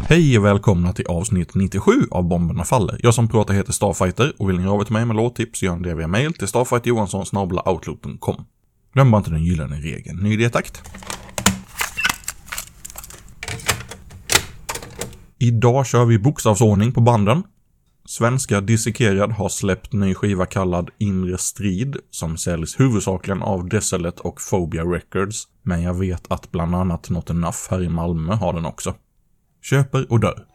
Hej och välkomna till avsnitt 97 av Bomberna Faller. Jag som pratar heter Starfighter och vill ni rava till mig med låttips gör det via mail till starfighterjohansson@outlook.com. Glöm bara inte den gyllene regeln. Ny idétakt. Idag kör vi bokstavsordning på banden. Svenska Dissekerad har släppt ny skiva kallad Inre Strid som säljs huvudsakligen av Desolate och Phobia Records, men jag vet att bland annat Not Enough här i Malmö har den också. Köper och dör.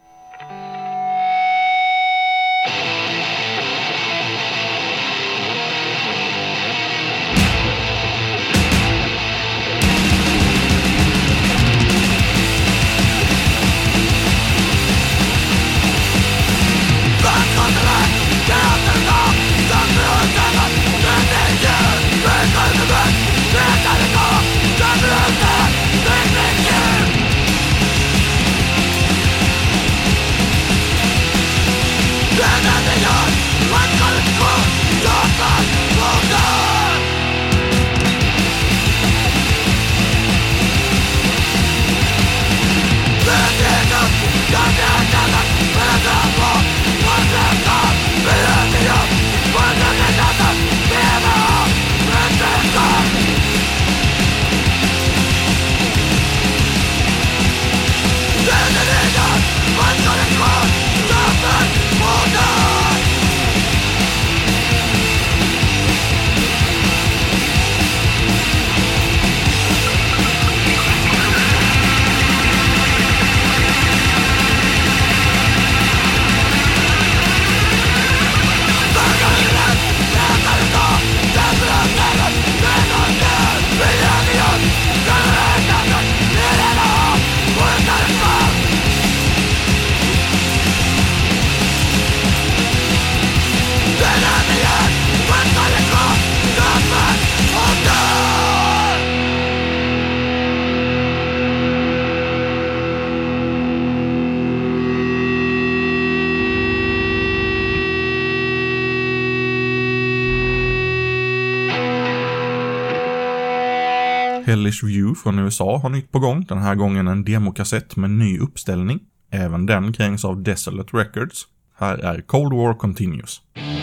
Hellish View från USA har nytt på gång, den här gången en demokassett med ny uppställning. Även den krängs av Desolate Records. Här är Cold War Continues.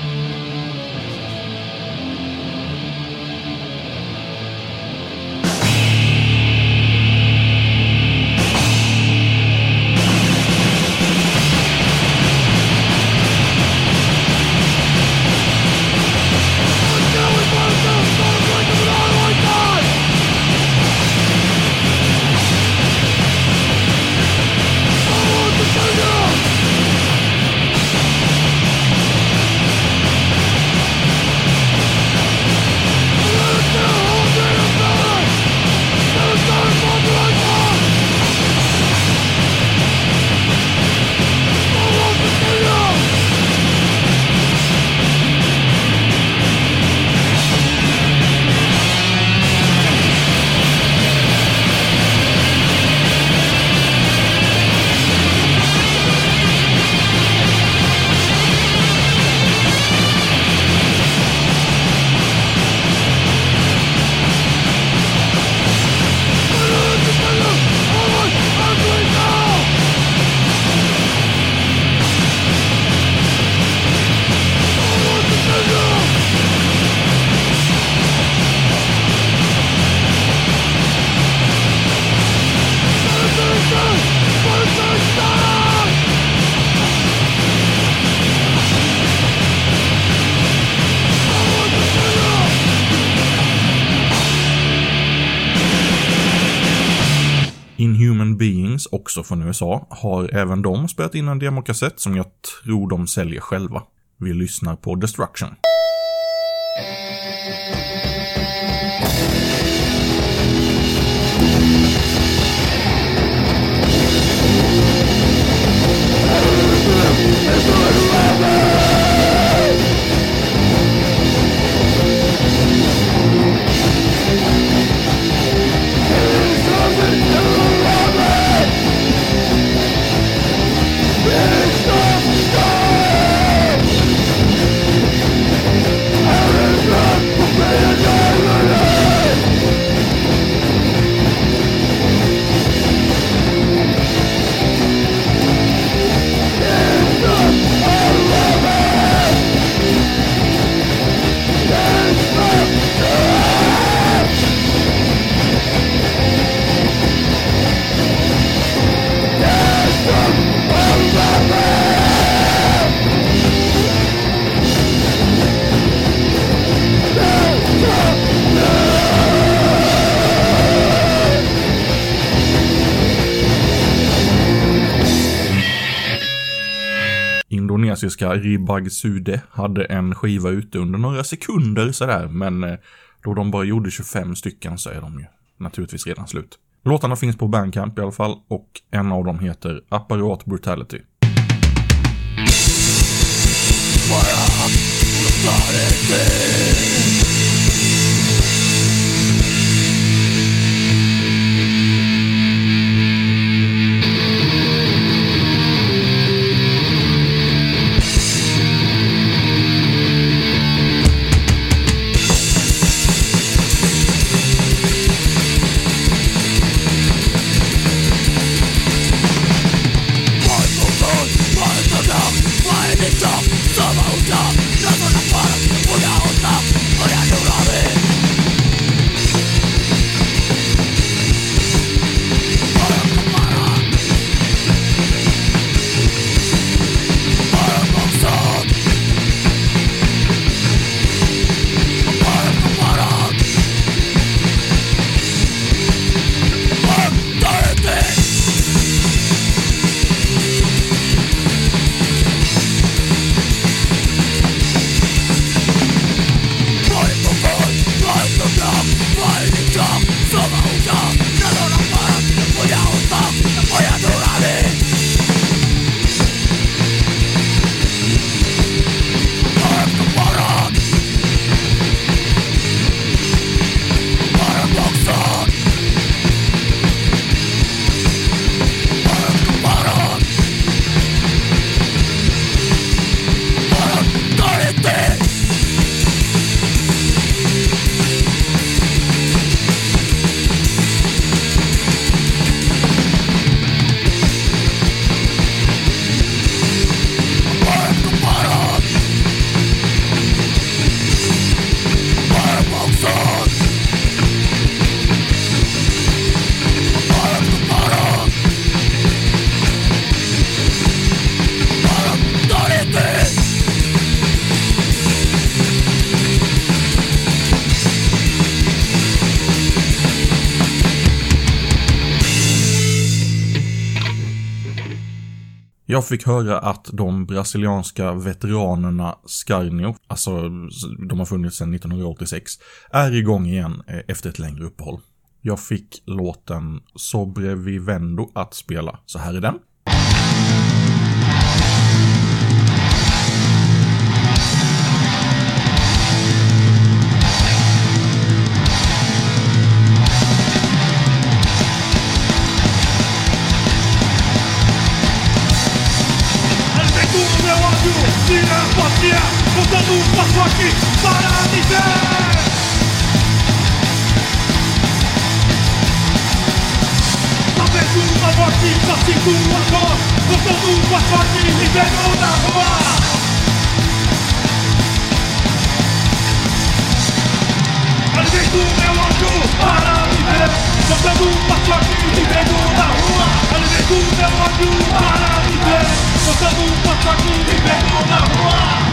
Inhuman Beings, också från USA, har även de spelat in en demokassett som jag tror de säljer själva. Vi lyssnar på Destruction. Stop! kinesiska Ribag Sude hade en skiva ute under några sekunder sådär, men då de bara gjorde 25 stycken så är de ju naturligtvis redan slut. Låtarna finns på Bandcamp i alla fall, och en av dem heter Apparat Brutality. Jag fick höra att de brasilianska veteranerna Scarnio, alltså de har funnits sedan 1986, är igång igen efter ett längre uppehåll. Jag fick låten Sobrevivendo att spela, så här är den. Botando passo aqui para dizer talvez uma morte passe tua voz. Botando passo aqui vivendo na rua. Alimento meu anjo para viver. Botando passo aqui vivendo na rua. Alimento meu anjo para viver. Botando passo aqui vivendo na rua.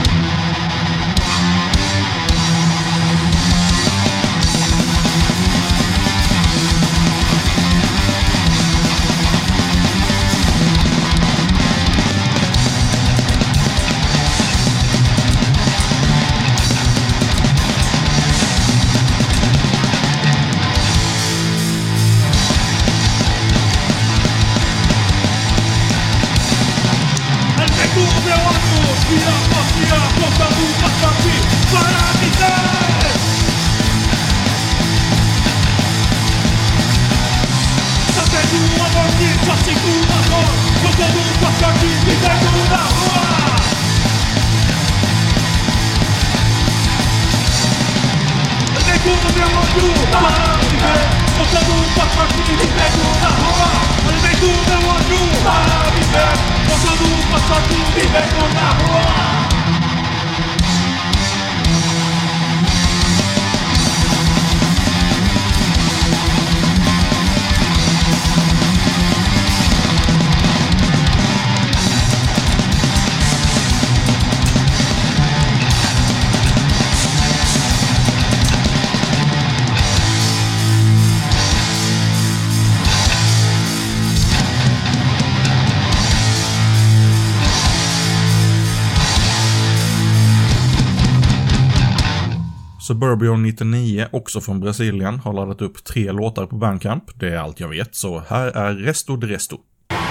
Suburbio 99, också från Brasilien, har laddat upp 3 låtar på Bandcamp. Det är allt jag vet, så här är Resto de Resto.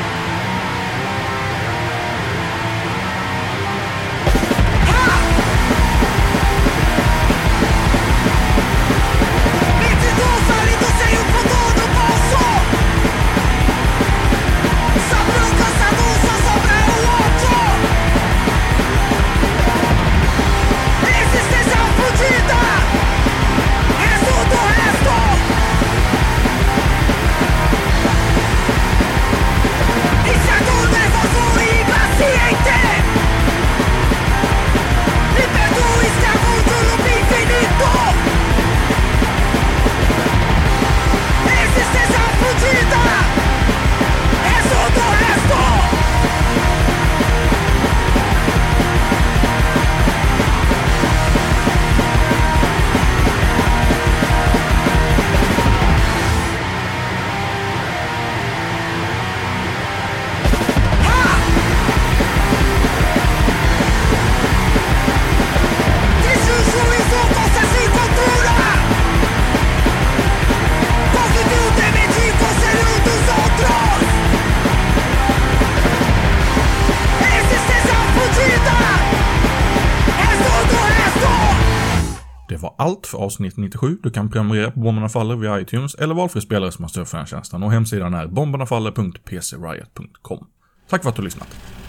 Det var allt för avsnitt 97. Du kan prenumerera på Bomberna Faller via iTunes eller valfri spelare som har stöd för den tjänsten, och hemsidan är bombernafaller.pcriot.com. Tack för att du har lyssnat.